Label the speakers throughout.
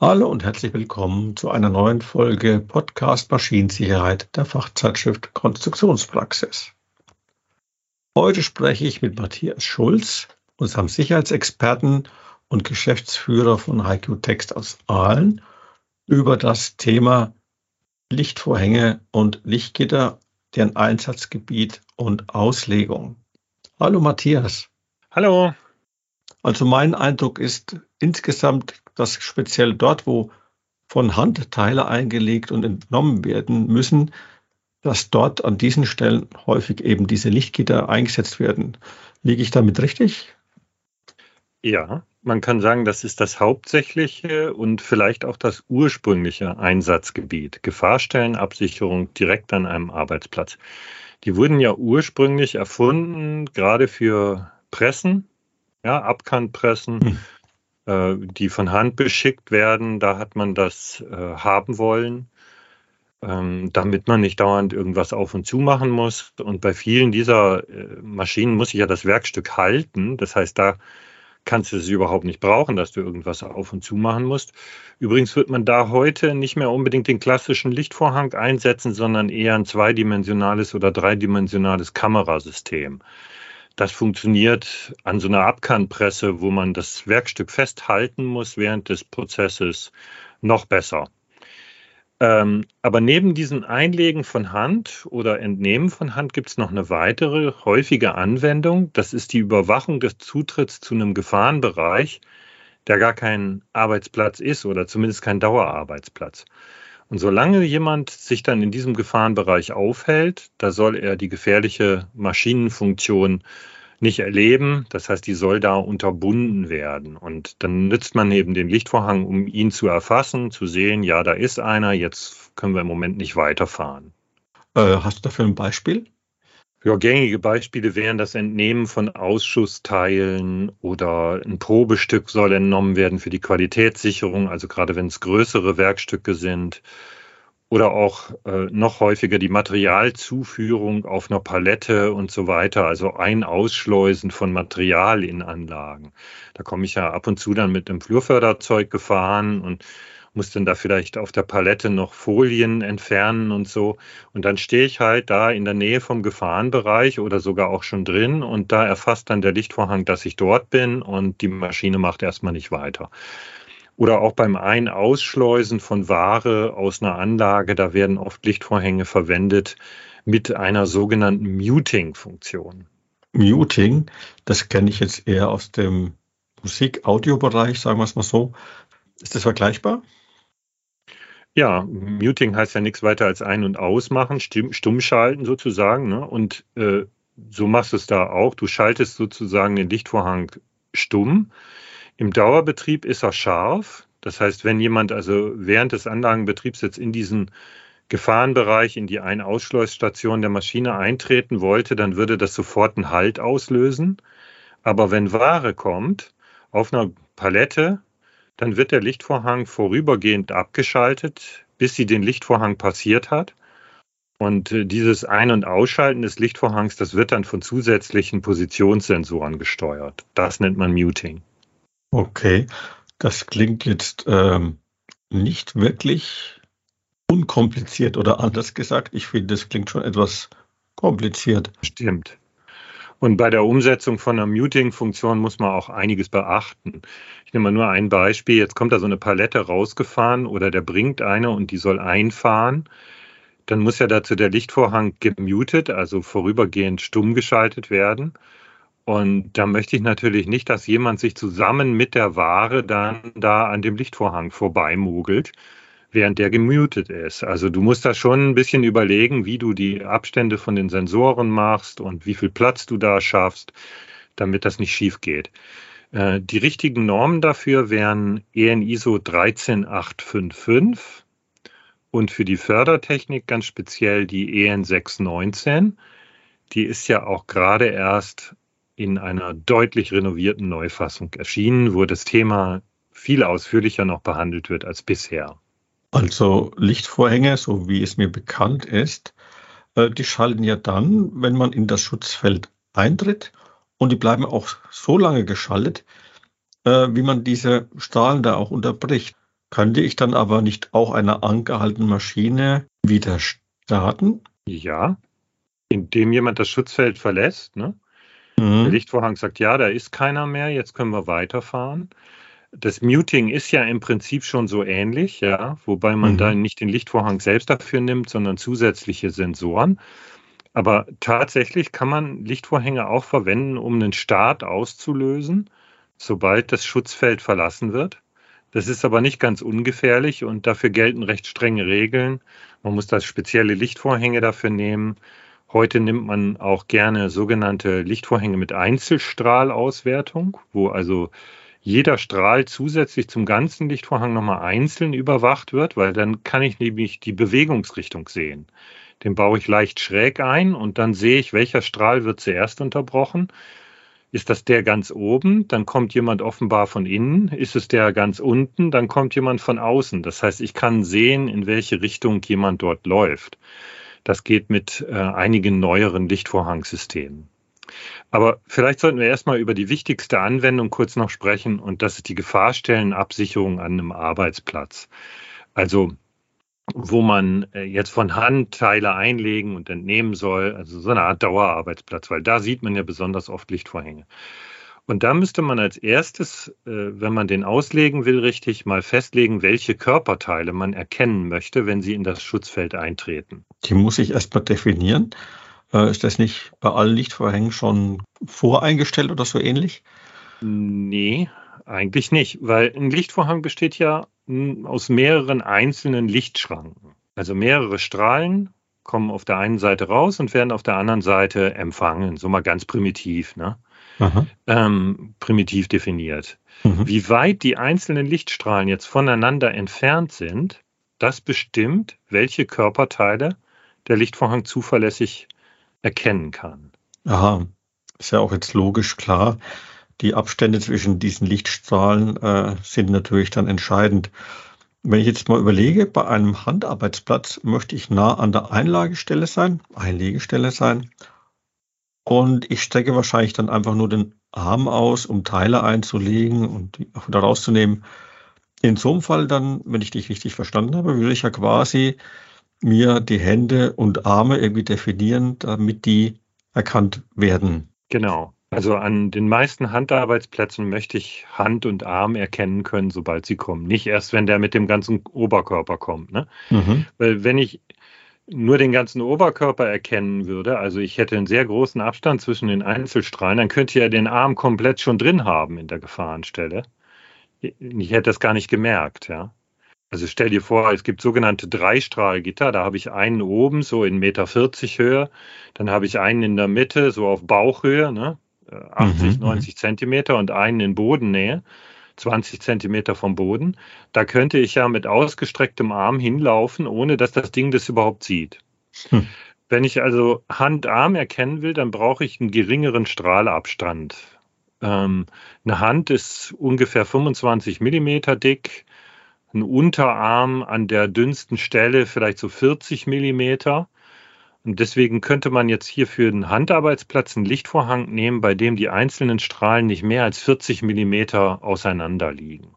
Speaker 1: Hallo und herzlich willkommen zu einer neuen Folge Podcast Maschinensicherheit der Fachzeitschrift Konstruktionspraxis. Heute spreche ich mit Matthias Schulz, unserem Sicherheitsexperten und Geschäftsführer von HiQ Text aus Aalen, über das Thema Lichtvorhänge und Lichtgitter, deren Einsatzgebiet und Auslegung. Hallo Matthias.
Speaker 2: Hallo.
Speaker 1: Also mein Eindruck ist insgesamt, dass speziell dort, wo von Hand Teile eingelegt und entnommen werden müssen, dass dort an diesen Stellen häufig eben diese Lichtgitter eingesetzt werden. Liege ich damit richtig?
Speaker 2: Ja, man kann sagen, das ist das hauptsächliche und vielleicht auch das ursprüngliche Einsatzgebiet. Gefahrstellenabsicherung direkt an einem Arbeitsplatz. Die wurden ja ursprünglich erfunden, gerade für Pressen, ja, Abkantpressen, die von Hand beschickt werden. Da hat man das haben wollen, damit man nicht dauernd irgendwas auf und zu machen muss. Und bei vielen dieser Maschinen muss sich ja das Werkstück halten. Das heißt, da kannst du es überhaupt nicht brauchen, dass du irgendwas auf und zu machen musst. Übrigens wird man da heute nicht mehr unbedingt den klassischen Lichtvorhang einsetzen, sondern eher ein zweidimensionales oder dreidimensionales Kamerasystem. Das funktioniert an so einer Abkantpresse, wo man das Werkstück festhalten muss während des Prozesses, noch besser. Aber neben diesem Einlegen von Hand oder Entnehmen von Hand gibt es noch eine weitere häufige Anwendung. Das ist die Überwachung des Zutritts zu einem Gefahrenbereich, der gar kein Arbeitsplatz ist oder zumindest kein Dauerarbeitsplatz. Und solange jemand sich dann in diesem Gefahrenbereich aufhält, da soll er die gefährliche Maschinenfunktion nicht erleben. Das heißt, die soll da unterbunden werden. Und dann nützt man eben den Lichtvorhang, um ihn zu erfassen, zu sehen, ja, da ist einer, jetzt können wir im Moment nicht weiterfahren.
Speaker 1: Hast du dafür ein Beispiel?
Speaker 2: Ja, gängige Beispiele wären das Entnehmen von Ausschussteilen oder ein Probestück soll entnommen werden für die Qualitätssicherung, also gerade wenn es größere Werkstücke sind. Oder auch noch häufiger die Materialzuführung auf einer Palette und so weiter, also Ein-Ausschleusen von Material in Anlagen. Da komme ich ja ab und zu dann mit einem Flurförderzeug gefahren und muss dann da vielleicht auf der Palette noch Folien entfernen und so. Und dann stehe ich halt da in der Nähe vom Gefahrenbereich oder sogar auch schon drin und da erfasst dann der Lichtvorhang, dass ich dort bin und die Maschine macht erstmal nicht weiter. Oder auch beim Ein-Ausschleusen von Ware aus einer Anlage, da werden oft Lichtvorhänge verwendet mit einer sogenannten Muting-Funktion.
Speaker 1: Muting, das kenne ich jetzt eher aus dem Musik-Audio-Bereich, sagen wir es mal so. Ist das vergleichbar?
Speaker 2: Ja, Muting heißt ja nichts weiter als Ein- und Ausmachen, Stummschalten sozusagen. Ne? Und so machst du es da auch. Du schaltest sozusagen den Lichtvorhang stumm. Im Dauerbetrieb ist er scharf. Das heißt, wenn jemand also während des Anlagenbetriebs jetzt in diesen Gefahrenbereich, in die Ein-Ausschleusstation der Maschine eintreten wollte, dann würde das sofort einen Halt auslösen. Aber wenn Ware kommt auf einer Palette, dann wird der Lichtvorhang vorübergehend abgeschaltet, bis sie den Lichtvorhang passiert hat. Und dieses Ein- und Ausschalten des Lichtvorhangs, das wird dann von zusätzlichen Positionssensoren gesteuert. Das nennt man Muting.
Speaker 1: Okay, das klingt jetzt nicht wirklich unkompliziert oder anders gesagt. Ich finde, das klingt schon etwas kompliziert.
Speaker 2: Stimmt. Und bei der Umsetzung von einer Muting-Funktion muss man auch einiges beachten. Ich nehme mal nur ein Beispiel. Jetzt kommt da so eine Palette rausgefahren oder der bringt eine und die soll einfahren. Dann muss ja dazu der Lichtvorhang gemutet, also vorübergehend stumm geschaltet werden. Und da möchte ich natürlich nicht, dass jemand sich zusammen mit der Ware dann da an dem Lichtvorhang vorbeimogelt, während der gemutet ist. Also du musst da schon ein bisschen überlegen, wie du die Abstände von den Sensoren machst und wie viel Platz du da schaffst, damit das nicht schief geht. Die richtigen Normen dafür wären EN ISO 13855 und für die Fördertechnik ganz speziell die EN 619. Die ist ja auch gerade erst in einer deutlich renovierten Neufassung erschienen, wo das Thema viel ausführlicher noch behandelt wird als bisher.
Speaker 1: Also Lichtvorhänge, so wie es mir bekannt ist, die schalten ja dann, wenn man in das Schutzfeld eintritt, und die bleiben auch so lange geschaltet, wie man diese Strahlen da auch unterbricht. Könnte ich dann aber nicht auch einer angehaltenen Maschine wieder starten?
Speaker 2: Ja, indem jemand das Schutzfeld verlässt, ne? Der
Speaker 1: Mhm.
Speaker 2: Lichtvorhang sagt, ja, da ist keiner mehr, jetzt können wir weiterfahren. Das Muting ist ja im Prinzip schon so ähnlich, ja, wobei man da
Speaker 1: Mhm.
Speaker 2: nicht den Lichtvorhang selbst dafür nimmt, sondern zusätzliche Sensoren. Aber tatsächlich kann man Lichtvorhänge auch verwenden, um einen Start auszulösen, sobald das Schutzfeld verlassen wird. Das ist aber nicht ganz ungefährlich und dafür gelten recht strenge Regeln. Man muss da spezielle Lichtvorhänge dafür nehmen. Heute nimmt man auch gerne sogenannte Lichtvorhänge mit Einzelstrahlauswertung, wo also jeder Strahl zusätzlich zum ganzen Lichtvorhang nochmal einzeln überwacht wird, weil dann kann ich nämlich die Bewegungsrichtung sehen. Den baue ich leicht schräg ein und dann sehe ich, welcher Strahl wird zuerst unterbrochen. Ist das der ganz oben, dann kommt jemand offenbar von innen. Ist es der ganz unten, dann kommt jemand von außen. Das heißt, ich kann sehen, in welche Richtung jemand dort läuft. Das geht mit einigen neueren Lichtvorhangsystemen. Aber vielleicht sollten wir erstmal über die wichtigste Anwendung kurz noch sprechen und das ist die Gefahrstellenabsicherung an einem Arbeitsplatz. Also wo man jetzt von Hand Teile einlegen und entnehmen soll, also so eine Art Dauerarbeitsplatz, weil da sieht man ja besonders oft Lichtvorhänge. Und da müsste man als erstes, wenn man den auslegen will, richtig mal festlegen, welche Körperteile man erkennen möchte, wenn sie in das Schutzfeld eintreten.
Speaker 1: Die muss ich erstmal definieren. Ist das nicht bei allen Lichtvorhängen schon voreingestellt oder so ähnlich?
Speaker 2: Nee, eigentlich nicht, weil ein Lichtvorhang besteht ja aus mehreren einzelnen Lichtschranken. Also mehrere Strahlen kommen auf der einen Seite raus und werden auf der anderen Seite empfangen. So mal ganz primitiv, ne?
Speaker 1: Aha.
Speaker 2: Primitiv definiert.
Speaker 1: Mhm.
Speaker 2: Wie weit die einzelnen Lichtstrahlen jetzt voneinander entfernt sind, das bestimmt, welche Körperteile der Lichtvorhang zuverlässig erkennen kann.
Speaker 1: Aha. Ist ja auch jetzt logisch klar. Die Abstände zwischen diesen Lichtstrahlen sind natürlich dann entscheidend. Wenn ich jetzt mal überlege, bei einem Handarbeitsplatz möchte ich nah an der Einlegestelle sein und ich strecke wahrscheinlich dann einfach nur den Arm aus, um Teile einzulegen und die auch wieder rauszunehmen. In so einem Fall dann, wenn ich dich richtig verstanden habe, will ich ja quasi mir die Hände und Arme irgendwie definieren, damit die erkannt werden.
Speaker 2: Genau. Also an den meisten Handarbeitsplätzen möchte ich Hand und Arm erkennen können, sobald sie kommen. Nicht erst, wenn der mit dem ganzen Oberkörper kommt, ne?
Speaker 1: Mhm.
Speaker 2: Weil wenn ich nur den ganzen Oberkörper erkennen würde, also ich hätte einen sehr großen Abstand zwischen den Einzelstrahlen, dann könnte ich ja den Arm komplett schon drin haben in der Gefahrenstelle. Ich hätte das gar nicht gemerkt, ja. Also stell dir vor, es gibt sogenannte Dreistrahlgitter, da habe ich einen oben, so in 1,40 Meter Höhe, dann habe ich einen in der Mitte, so auf Bauchhöhe, ne? 80,
Speaker 1: Mhm.
Speaker 2: 90 Zentimeter und einen in Bodennähe, 20 Zentimeter vom Boden. Da könnte ich ja mit ausgestrecktem Arm hinlaufen, ohne dass das Ding das überhaupt sieht.
Speaker 1: Mhm.
Speaker 2: Wenn ich also Hand-Arm erkennen will, dann brauche ich einen geringeren Strahlabstand. Eine Hand ist ungefähr 25 Millimeter dick, ein Unterarm an der dünnsten Stelle vielleicht so 40 Millimeter. Und deswegen könnte man jetzt hier für den Handarbeitsplatz einen Lichtvorhang nehmen, bei dem die einzelnen Strahlen nicht mehr als 40 Millimeter auseinander liegen.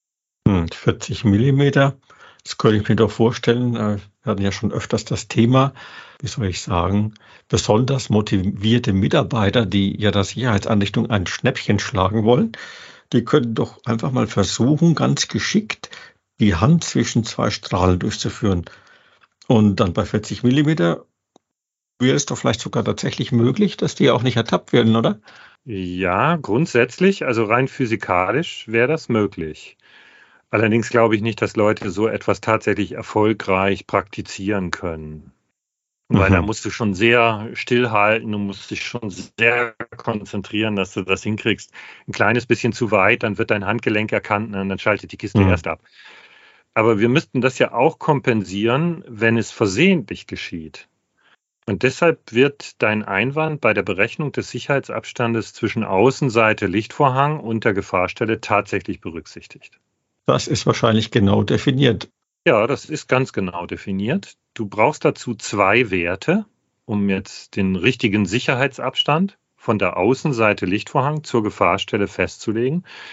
Speaker 1: 40 Millimeter, das könnte ich mir doch vorstellen. Wir hatten ja schon öfters das Thema, wie soll ich sagen, besonders motivierte Mitarbeiter, die ja der Sicherheitsanrichtung ein Schnäppchen schlagen wollen, die können doch einfach mal versuchen, ganz geschickt die Hand zwischen zwei Strahlen durchzuführen. Und dann bei 40 Millimeter wäre es doch vielleicht sogar tatsächlich möglich, dass die auch nicht ertappt werden, oder?
Speaker 2: Ja, grundsätzlich, also rein physikalisch wäre das möglich. Allerdings glaube ich nicht, dass Leute so etwas tatsächlich erfolgreich praktizieren können. Weil da
Speaker 1: Mhm.
Speaker 2: musst du schon sehr stillhalten, du musst dich schon sehr konzentrieren, dass du das hinkriegst. Ein kleines bisschen zu weit, dann wird dein Handgelenk erkannt und dann schaltet die Kiste
Speaker 1: Mhm.
Speaker 2: erst ab. Aber wir müssten das ja auch kompensieren, wenn es versehentlich geschieht. Und deshalb wird dein Einwand bei der Berechnung des Sicherheitsabstandes zwischen Außenseite Lichtvorhang und der Gefahrstelle tatsächlich berücksichtigt.
Speaker 1: Das ist wahrscheinlich genau definiert.
Speaker 2: Ja, das ist ganz genau definiert. Du brauchst dazu zwei Werte, um jetzt den richtigen Sicherheitsabstand von der Außenseite Lichtvorhang zur Gefahrstelle festzulegen.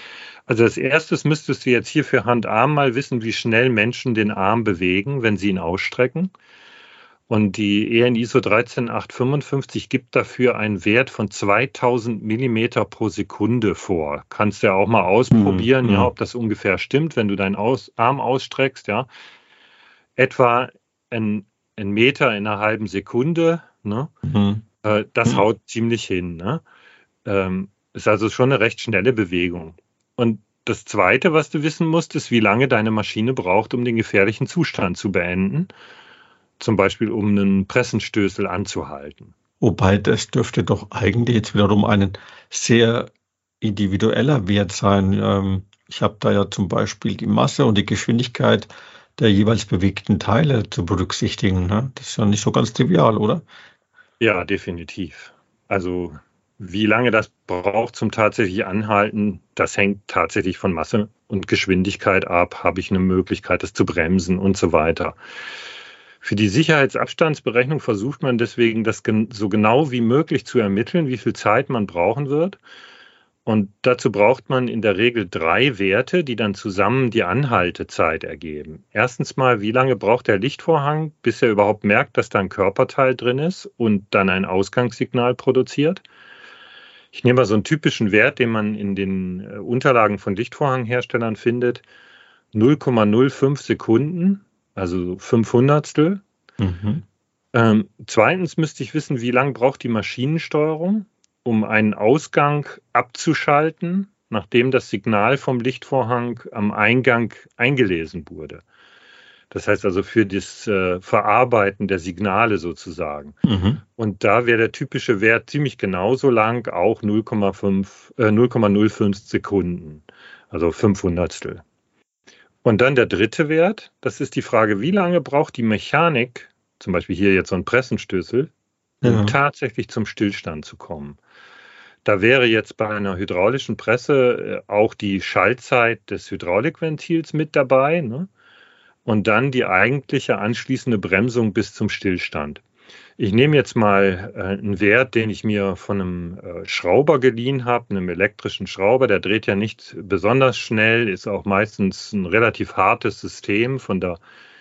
Speaker 2: Also als erstes müsstest du jetzt hier für Hand-Arm mal wissen, wie schnell Menschen den Arm bewegen, wenn sie ihn ausstrecken. Und die EN ISO 13855 gibt dafür einen Wert von 2000 Millimeter pro Sekunde vor. Kannst du ja auch mal ausprobieren, ja, ob das ungefähr stimmt, wenn du deinen Arm ausstreckst, ja. Etwa ein Meter in einer halben Sekunde, ne? Das haut ziemlich hin, ne? Ist also schon eine recht schnelle Bewegung. Und das Zweite, was du wissen musst, ist, wie lange deine Maschine braucht, um den gefährlichen Zustand zu beenden. Zum Beispiel, um einen Pressenstößel anzuhalten.
Speaker 1: Wobei das dürfte doch eigentlich jetzt wiederum ein sehr individueller Wert sein. Ich habe da ja zum Beispiel die Masse und die Geschwindigkeit der jeweils bewegten Teile zu berücksichtigen. Ne? Das ist ja nicht so ganz trivial, oder?
Speaker 2: Ja, definitiv. Also wie lange das braucht zum tatsächlich Anhalten, das hängt tatsächlich von Masse und Geschwindigkeit ab. Habe ich eine Möglichkeit, das zu bremsen und so weiter. Für die Sicherheitsabstandsberechnung versucht man deswegen, das so genau wie möglich zu ermitteln, wie viel Zeit man brauchen wird. Und dazu braucht man in der Regel 3 Werte, die dann zusammen die Anhaltezeit ergeben. Erstens mal, wie lange braucht der Lichtvorhang, bis er überhaupt merkt, dass da ein Körperteil drin ist und dann ein Ausgangssignal produziert. Ich nehme mal so einen typischen Wert, den man in den Unterlagen von Lichtvorhangherstellern findet. 0,05 Sekunden, also 500stel. Zweitens müsste ich wissen, wie lange braucht die Maschinensteuerung, um einen Ausgang abzuschalten, nachdem das Signal vom Lichtvorhang am Eingang eingelesen wurde. Das heißt also für das Verarbeiten der Signale sozusagen. Und da wäre der typische Wert ziemlich genauso lang, auch 0,05 Sekunden, also 500stel. Und dann der dritte Wert, das ist die Frage, wie lange braucht die Mechanik, zum Beispiel hier jetzt so ein Pressenstößel, um tatsächlich zum Stillstand zu kommen. Da wäre jetzt bei einer hydraulischen Presse auch die Schaltzeit des Hydraulikventils mit dabei, ne? Und dann die eigentliche anschließende Bremsung bis zum Stillstand. Ich nehme jetzt mal einen Wert, den ich mir von einem Schrauber geliehen habe, einem elektrischen Schrauber. Der dreht ja nicht besonders schnell, ist auch meistens ein relativ hartes System von der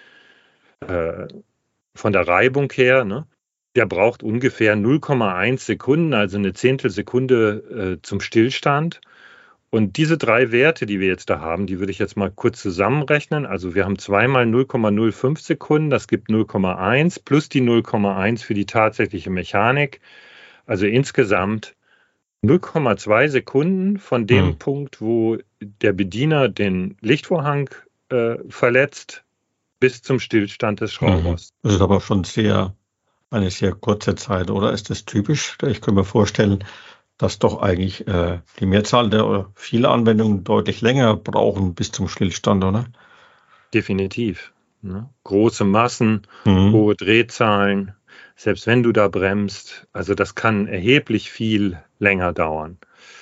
Speaker 2: Reibung her, ne? Der braucht ungefähr 0,1 Sekunden, also eine Zehntelsekunde zum Stillstand. Und diese 3 Werte, die wir jetzt da haben, die würde ich jetzt mal kurz zusammenrechnen. Also wir haben zweimal 0,05 Sekunden, das gibt 0,1 plus die 0,1 für die tatsächliche Mechanik. Also insgesamt 0,2 Sekunden von dem Punkt, wo der Bediener den Lichtvorhang verletzt, bis zum Stillstand des Schraubers.
Speaker 1: Das ist aber schon eine sehr kurze Zeit, oder? Ist das typisch? Ich kann mir vorstellen, dass doch eigentlich die Mehrzahl oder viele Anwendungen deutlich länger brauchen bis zum Stillstand, oder?
Speaker 2: Definitiv. Ne? Große Massen, hohe Drehzahlen, selbst wenn du da bremst, also das kann erheblich viel länger dauern.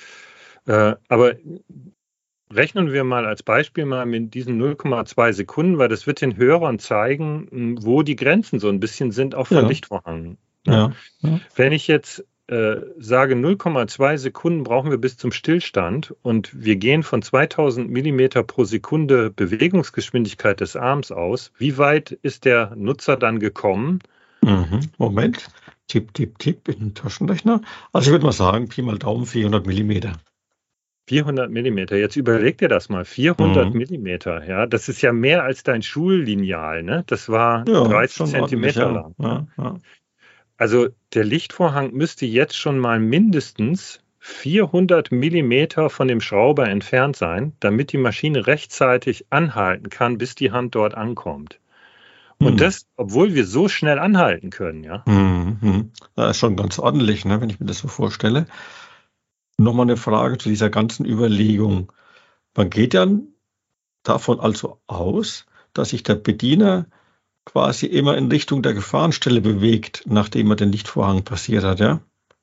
Speaker 2: Aber rechnen wir mal als Beispiel mal mit diesen 0,2 Sekunden, weil das wird den Hörern zeigen, wo die Grenzen so ein bisschen sind, auch von Lichtvorhang. Ne? Ja. Wenn ich jetzt sage, 0,2 Sekunden brauchen wir bis zum Stillstand und wir gehen von 2000 Millimeter pro Sekunde Bewegungsgeschwindigkeit des Arms aus, wie weit ist der Nutzer dann gekommen?
Speaker 1: Moment, tipp in den Taschenrechner. Also ich würde mal sagen, Pi mal Daumen 400 Millimeter.
Speaker 2: 400 Millimeter, jetzt überleg dir das mal, 400 Millimeter, ja, das ist ja mehr als dein Schullineal, ne? Das war 30 Zentimeter lang.
Speaker 1: Ja.
Speaker 2: Also der Lichtvorhang müsste jetzt schon mal mindestens 400 Millimeter von dem Schrauber entfernt sein, damit die Maschine rechtzeitig anhalten kann, bis die Hand dort ankommt. Und das, obwohl wir so schnell anhalten können, ja.
Speaker 1: Das ist schon ganz ordentlich, ne, wenn ich mir das so vorstelle. Nochmal eine Frage zu dieser ganzen Überlegung. Man geht dann davon also aus, dass sich der Bediener quasi immer in Richtung der Gefahrenstelle bewegt, nachdem er den Lichtvorhang passiert hat, ja?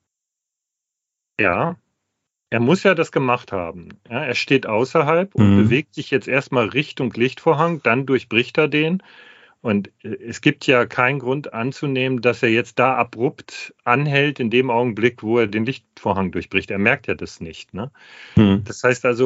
Speaker 2: Ja, er muss ja das gemacht haben. Ja, er steht außerhalb und bewegt sich jetzt erstmal Richtung Lichtvorhang, dann durchbricht er den. Und es gibt ja keinen Grund anzunehmen, dass er jetzt da abrupt anhält in dem Augenblick, wo er den Lichtvorhang durchbricht. Er merkt ja das nicht. Ne? Das heißt also,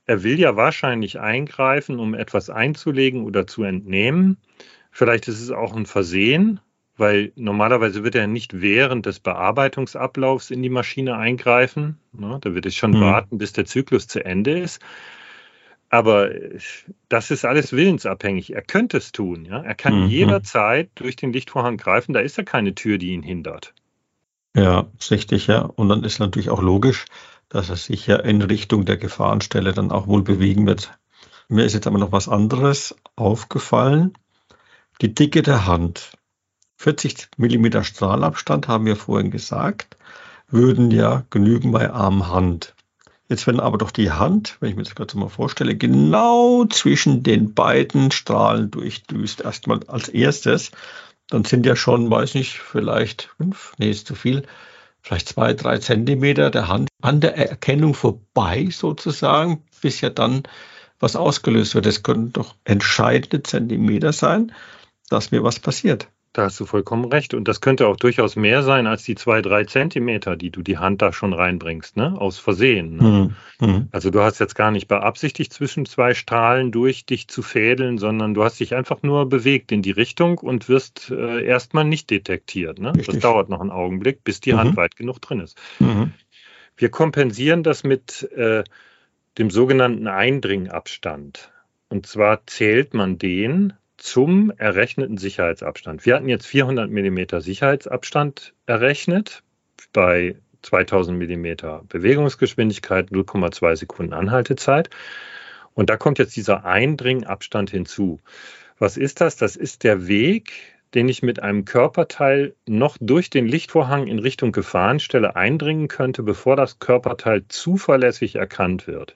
Speaker 2: Er will ja wahrscheinlich eingreifen, um etwas einzulegen oder zu entnehmen. Vielleicht ist es auch ein Versehen, weil normalerweise wird er nicht während des Bearbeitungsablaufs in die Maschine eingreifen. Ne? Da wird es schon warten, bis der Zyklus zu Ende ist. Aber das ist alles willensabhängig. Er könnte es tun. Ja? Er kann jederzeit durch den Lichtvorhang greifen. Da ist ja keine Tür, die ihn hindert.
Speaker 1: Ja, ist richtig, ja. Und dann ist natürlich auch logisch, dass er sich ja in Richtung der Gefahrenstelle dann auch wohl bewegen wird. Mir ist jetzt aber noch was anderes aufgefallen. Die Dicke der Hand. 40 mm Strahlabstand, haben wir vorhin gesagt, würden ja genügen bei Arm-Hand. Jetzt wenn aber doch die Hand, wenn ich mir das gerade so mal vorstelle, genau zwischen den beiden Strahlen durchdüst, erstmal als erstes, dann sind ja schon, weiß nicht, vielleicht 5, nee, ist zu viel, vielleicht 2, 3 Zentimeter der Hand an der Erkennung vorbei sozusagen, bis ja dann was ausgelöst wird. Das können doch entscheidende Zentimeter sein, dass mir was passiert.
Speaker 2: Da hast du vollkommen recht. Und das könnte auch durchaus mehr sein als die 2, 3 Zentimeter, die du die Hand da schon reinbringst, ne? Aus Versehen. Ne? Also du hast jetzt gar nicht beabsichtigt, zwischen zwei Strahlen durch dich zu fädeln, sondern du hast dich einfach nur bewegt in die Richtung und wirst erstmal nicht detektiert. Ne? Das dauert noch einen Augenblick, bis die Hand weit genug drin ist. Wir kompensieren das mit dem sogenannten Eindringabstand. Und zwar zählt man den zum errechneten Sicherheitsabstand. Wir hatten jetzt 400 mm Sicherheitsabstand errechnet bei 2000 mm Bewegungsgeschwindigkeit, 0,2 Sekunden Anhaltezeit. Und da kommt jetzt dieser Eindringabstand hinzu. Was ist das? Das ist der Weg, den ich mit einem Körperteil noch durch den Lichtvorhang in Richtung Gefahrenstelle eindringen könnte, bevor das Körperteil zuverlässig erkannt wird.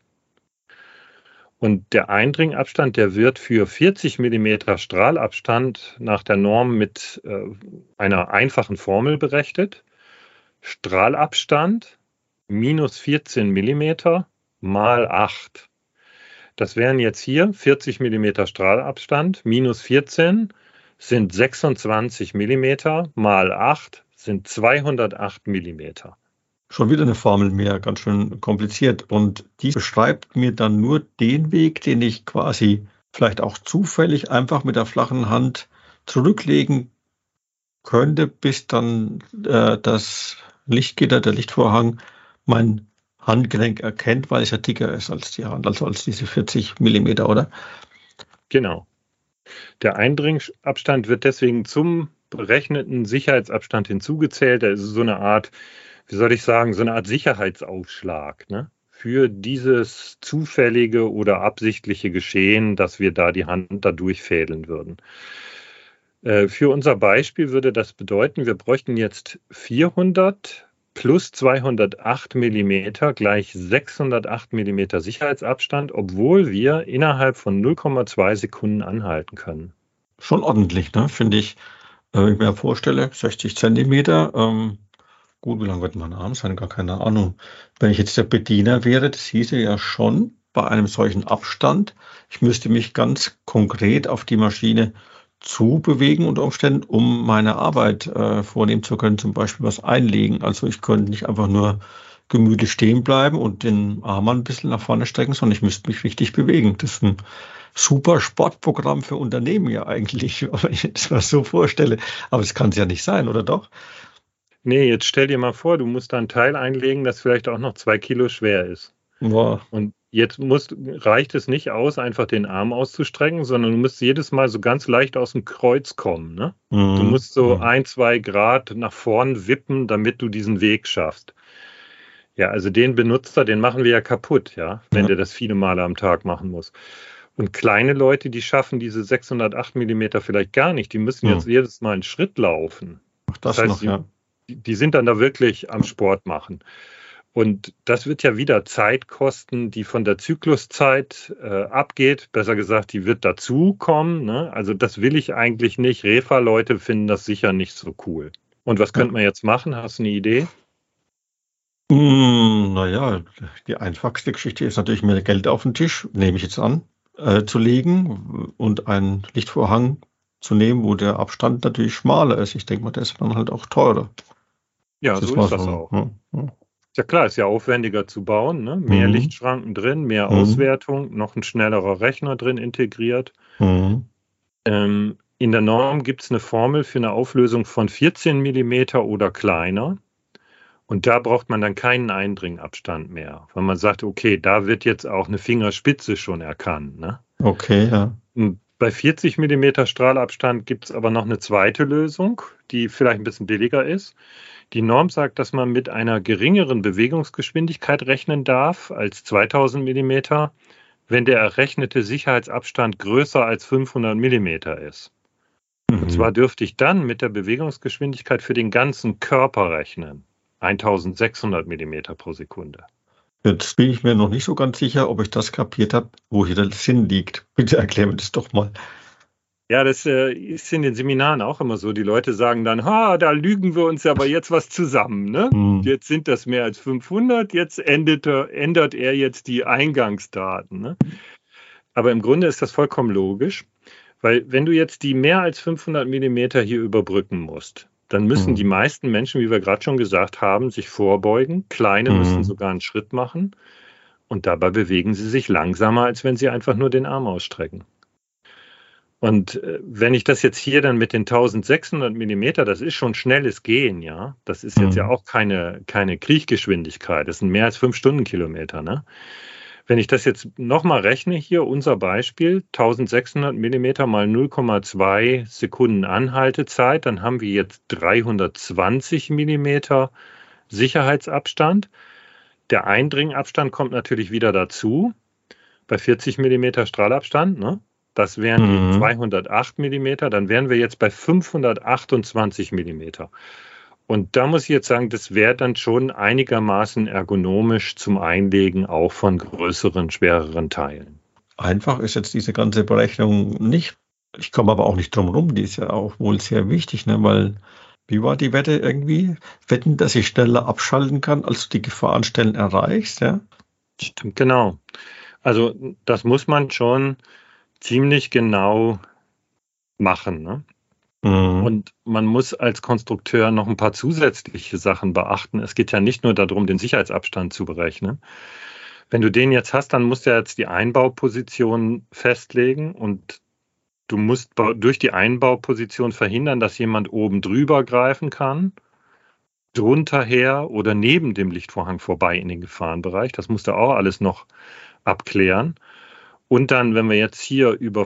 Speaker 2: Und der Eindringabstand, der wird für 40 mm Strahlabstand nach der Norm mit einer einfachen Formel berechnet. Strahlabstand minus 14 mm mal 8. Das wären jetzt hier 40 mm Strahlabstand minus 14 sind 26 mm mal 8 sind 208 mm.
Speaker 1: Schon wieder eine Formel mehr, ganz schön kompliziert. Und die beschreibt mir dann nur den Weg, den ich quasi vielleicht auch zufällig einfach mit der flachen Hand zurücklegen könnte, bis dann das Lichtgitter, der Lichtvorhang, mein Handgelenk erkennt, weil es ja dicker ist als die Hand, also als diese 40 Millimeter, oder?
Speaker 2: Genau. Der Eindringabstand wird deswegen zum berechneten Sicherheitsabstand hinzugezählt. Da ist so eine Art, wie soll ich sagen, so eine Art Sicherheitsaufschlag, ne? Für dieses zufällige oder absichtliche Geschehen, dass wir da die Hand da durchfädeln würden. Für unser Beispiel würde das bedeuten, wir bräuchten jetzt 400 plus 208 mm gleich 608 mm Sicherheitsabstand, obwohl wir innerhalb von 0,2 Sekunden anhalten können.
Speaker 1: Schon ordentlich, ne? Finde ich, wenn ich mir vorstelle, 60 Zentimeter, gut, wie lang wird mein Arm sein? Gar keine Ahnung. Wenn ich jetzt der Bediener wäre, das hieße ja schon, bei einem solchen Abstand, ich müsste mich ganz konkret auf die Maschine zubewegen unter Umständen, um meine Arbeit vornehmen zu können, zum Beispiel was einlegen. Also ich könnte nicht einfach nur gemütlich stehen bleiben und den Arm ein bisschen nach vorne strecken, sondern ich müsste mich richtig bewegen. Das ist ein super Sportprogramm für Unternehmen ja eigentlich, wenn ich das mal so vorstelle. Aber das kann es ja nicht sein, oder doch?
Speaker 2: Nee, jetzt stell dir mal vor, du musst da ein Teil einlegen, das vielleicht auch noch 2 Kilo schwer ist.
Speaker 1: Wow.
Speaker 2: Und jetzt reicht es nicht aus, einfach den Arm auszustrecken, sondern du musst jedes Mal so ganz leicht aus dem Kreuz kommen. Ne? Du musst so 1, 2 Grad nach vorn wippen, damit du diesen Weg schaffst. Ja, also den Benutzer, den machen wir ja kaputt, ja, wenn der das viele Male am Tag machen muss. Und kleine Leute, die schaffen diese 608 Millimeter vielleicht gar nicht. Die müssen jetzt jedes Mal einen Schritt laufen.
Speaker 1: Ach, das heißt, noch,
Speaker 2: die sind dann da wirklich am Sport machen. Und das wird ja wieder Zeit kosten, die von der Zykluszeit abgeht. Besser gesagt, die wird dazukommen. Ne? Also das will ich eigentlich nicht. Refa-Leute finden das sicher nicht so cool. Und was könnte man jetzt machen? Hast du eine Idee?
Speaker 1: Naja, die einfachste Geschichte ist natürlich, mir Geld auf den Tisch, nehme ich jetzt an, zu legen und einen Lichtvorhang zu nehmen, wo der Abstand natürlich schmaler ist. Ich denke mal, der ist dann halt auch teurer.
Speaker 2: Ja, so ist das auch. Ja klar, ist ja aufwendiger zu bauen, ne? Mehr Lichtschranken drin, mehr Auswertung, noch ein schnellerer Rechner drin integriert. In der Norm gibt es eine Formel für eine Auflösung von 14 Millimeter oder kleiner. Und da braucht man dann keinen Eindringabstand mehr, weil man sagt, okay, da wird jetzt auch eine Fingerspitze schon erkannt. Ne?
Speaker 1: Okay, ja.
Speaker 2: Und bei 40 Millimeter Strahlabstand gibt es aber noch eine zweite Lösung, die vielleicht ein bisschen billiger ist. Die Norm sagt, dass man mit einer geringeren Bewegungsgeschwindigkeit rechnen darf als 2000 Millimeter, wenn der errechnete Sicherheitsabstand größer als 500 Millimeter ist. Und zwar dürfte ich dann mit der Bewegungsgeschwindigkeit für den ganzen Körper rechnen. 1600 Millimeter pro Sekunde.
Speaker 1: Jetzt bin ich mir noch nicht so ganz sicher, ob ich das kapiert habe, wo hier der Sinn liegt. Bitte erklär mir das doch mal.
Speaker 2: Ja, das ist in den Seminaren auch immer so. Die Leute sagen dann, da lügen wir uns aber jetzt was zusammen. Ne? Jetzt sind das mehr als 500, jetzt ändert er jetzt die Eingangsdaten. Ne? Aber im Grunde ist das vollkommen logisch, weil wenn du jetzt die mehr als 500 Millimeter hier überbrücken musst, dann müssen die meisten Menschen, wie wir gerade schon gesagt haben, sich vorbeugen. Kleine müssen sogar einen Schritt machen. Und dabei bewegen sie sich langsamer, als wenn sie einfach nur den Arm ausstrecken. Und wenn ich das jetzt hier dann mit den 1600 Millimeter, das ist schon schnelles Gehen, ja. Das ist jetzt ja auch keine Kriechgeschwindigkeit. Das sind mehr als 5 Stundenkilometer, ne? Wenn ich das jetzt nochmal rechne, hier unser Beispiel, 1600 Millimeter mal 0,2 Sekunden Anhaltezeit, dann haben wir jetzt 320 Millimeter Sicherheitsabstand. Der Eindringabstand kommt natürlich wieder dazu, bei 40 Millimeter Strahlabstand, ne? Das wären die 208 Millimeter, dann wären wir jetzt bei 528 Millimeter. Und da muss ich jetzt sagen, das wäre dann schon einigermaßen ergonomisch zum Einlegen auch von größeren, schwereren Teilen.
Speaker 1: Einfach ist jetzt diese ganze Berechnung nicht. Ich komme aber auch nicht drum rum, die ist ja auch wohl sehr wichtig, ne? Weil, wie war die Wette irgendwie? Wetten, dass ich schneller abschalten kann, als du die Gefahrenstellen erreichst, ja?
Speaker 2: Stimmt, genau. Also das muss man schon ziemlich genau machen, ne? Und man muss als Konstrukteur noch ein paar zusätzliche Sachen beachten. Es geht ja nicht nur darum, den Sicherheitsabstand zu berechnen. Wenn du den jetzt hast, dann musst du jetzt die Einbauposition festlegen und du musst durch die Einbauposition verhindern, dass jemand oben drüber greifen kann, drunter her oder neben dem Lichtvorhang vorbei in den Gefahrenbereich. Das musst du auch alles noch abklären. Und dann, wenn wir jetzt hier über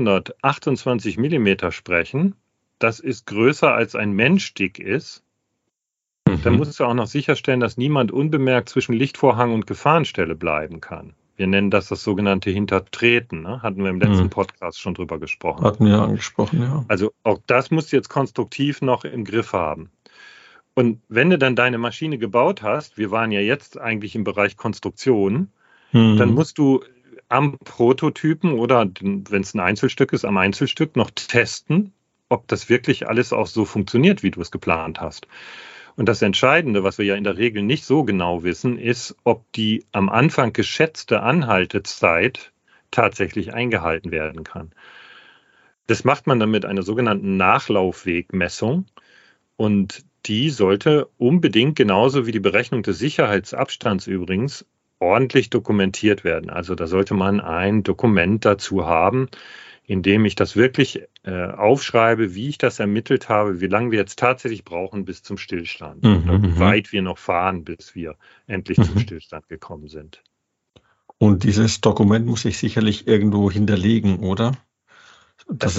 Speaker 2: 528 Millimeter sprechen, das ist größer als ein Mensch dick ist, dann musst du auch noch sicherstellen, dass niemand unbemerkt zwischen Lichtvorhang und Gefahrenstelle bleiben kann. Wir nennen das sogenannte Hintertreten. Ne? Hatten wir im letzten Podcast schon drüber gesprochen.
Speaker 1: Hatten wir angesprochen, ja.
Speaker 2: Also auch das musst du jetzt konstruktiv noch im Griff haben. Und wenn du dann deine Maschine gebaut hast, wir waren ja jetzt eigentlich im Bereich Konstruktion, dann musst du am Prototypen oder, wenn es ein Einzelstück ist, am Einzelstück noch testen, ob das wirklich alles auch so funktioniert, wie du es geplant hast. Und das Entscheidende, was wir ja in der Regel nicht so genau wissen, ist, ob die am Anfang geschätzte Anhaltezeit tatsächlich eingehalten werden kann. Das macht man dann mit einer sogenannten Nachlaufwegmessung und die sollte unbedingt, genauso wie die Berechnung des Sicherheitsabstands übrigens, ordentlich dokumentiert werden. Also da sollte man ein Dokument dazu haben, in dem ich das wirklich aufschreibe, wie ich das ermittelt habe, wie lange wir jetzt tatsächlich brauchen bis zum Stillstand. Oder wie weit wir noch fahren, bis wir endlich zum Stillstand gekommen sind.
Speaker 1: Und dieses Dokument muss ich sicherlich irgendwo hinterlegen, oder?
Speaker 2: Das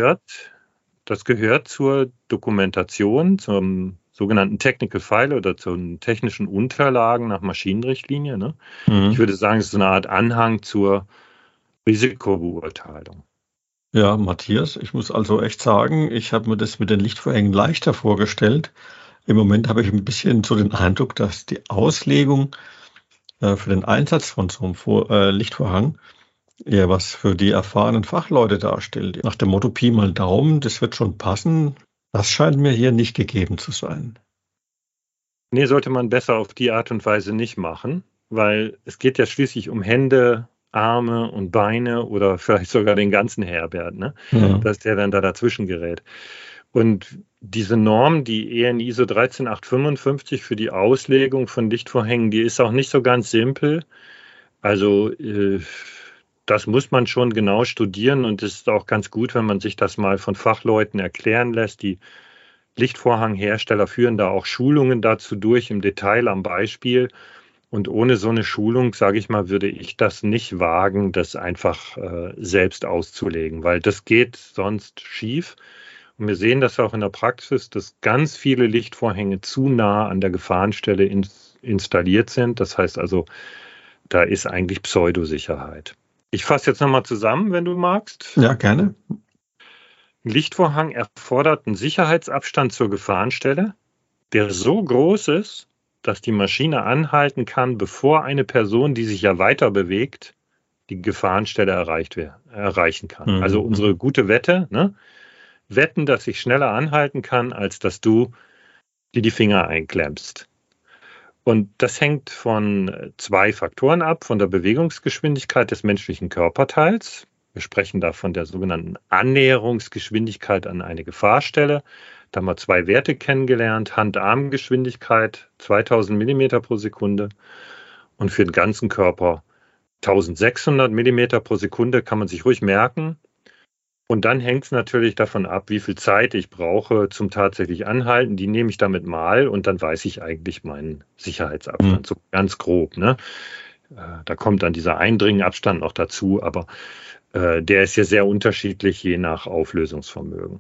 Speaker 2: gehört zur Dokumentation, zum sogenannten Technical File oder zu den technischen Unterlagen nach Maschinenrichtlinie. Ne? Ich würde sagen, es ist so eine Art Anhang zur Risikobeurteilung.
Speaker 1: Ja, Matthias, ich muss also echt sagen, ich habe mir das mit den Lichtvorhängen leichter vorgestellt. Im Moment habe ich ein bisschen so den Eindruck, dass die Auslegung für den Einsatz von so einem Lichtvorhang eher was für die erfahrenen Fachleute darstellt. Nach dem Motto Pi mal Daumen, das wird schon passen. Das scheint mir hier nicht gegeben zu sein.
Speaker 2: Nee, sollte man besser auf die Art und Weise nicht machen, weil es geht ja schließlich um Hände, Arme und Beine oder vielleicht sogar den ganzen Herbert, ne?
Speaker 1: Ja.
Speaker 2: Dass der dann da dazwischen gerät. Und diese Norm, die EN ISO 13855 für die Auslegung von Lichtvorhängen, die ist auch nicht so ganz simpel. Also das muss man schon genau studieren und es ist auch ganz gut, wenn man sich das mal von Fachleuten erklären lässt. Die Lichtvorhanghersteller führen da auch Schulungen dazu durch, im Detail am Beispiel. Und ohne so eine Schulung, sage ich mal, würde ich das nicht wagen, das einfach selbst auszulegen, weil das geht sonst schief. Und wir sehen das auch in der Praxis, dass ganz viele Lichtvorhänge zu nah an der Gefahrenstelle installiert sind. Das heißt also, da ist eigentlich Pseudosicherheit. Ich fasse jetzt nochmal zusammen, wenn du magst.
Speaker 1: Ja, gerne.
Speaker 2: Ein Lichtvorhang erfordert einen Sicherheitsabstand zur Gefahrenstelle, der so groß ist, dass die Maschine anhalten kann, bevor eine Person, die sich ja weiter bewegt, die Gefahrenstelle erreichen kann. Also unsere gute Wette, ne? Wetten, dass ich schneller anhalten kann, als dass du dir die Finger einklemmst. Und das hängt von 2 Faktoren ab, von der Bewegungsgeschwindigkeit des menschlichen Körperteils. Wir sprechen da von der sogenannten Annäherungsgeschwindigkeit an eine Gefahrstelle. Da haben wir 2 Werte kennengelernt. Hand-Arm-Geschwindigkeit 2000 Millimeter pro Sekunde und für den ganzen Körper 1600 Millimeter pro Sekunde, kann man sich ruhig merken. Und dann hängt es natürlich davon ab, wie viel Zeit ich brauche zum tatsächlich Anhalten. Die nehme ich damit mal und dann weiß ich eigentlich meinen Sicherheitsabstand, so ganz grob. Ne? Da kommt dann dieser Eindringenabstand noch dazu, aber der ist ja sehr unterschiedlich, je nach Auflösungsvermögen.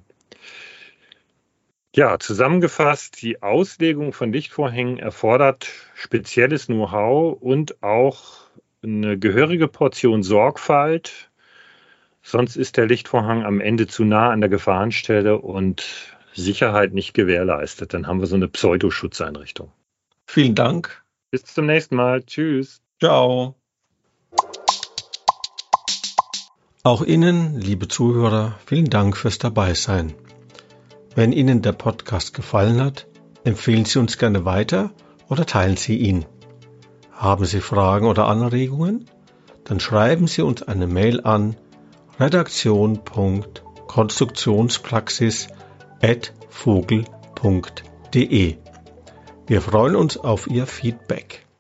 Speaker 2: Ja, zusammengefasst, die Auslegung von Lichtvorhängen erfordert spezielles Know-how und auch eine gehörige Portion Sorgfalt. Sonst ist der Lichtvorhang am Ende zu nah an der Gefahrenstelle und Sicherheit nicht gewährleistet. Dann haben wir so eine Pseudoschutzeinrichtung.
Speaker 1: Vielen Dank.
Speaker 2: Bis zum nächsten Mal. Tschüss.
Speaker 1: Ciao. Auch Ihnen, liebe Zuhörer, vielen Dank fürs Dabeisein. Wenn Ihnen der Podcast gefallen hat, empfehlen Sie uns gerne weiter oder teilen Sie ihn. Haben Sie Fragen oder Anregungen? Dann schreiben Sie uns eine Mail an redaktion.konstruktionspraxis@vogel.de. Wir freuen uns auf Ihr Feedback.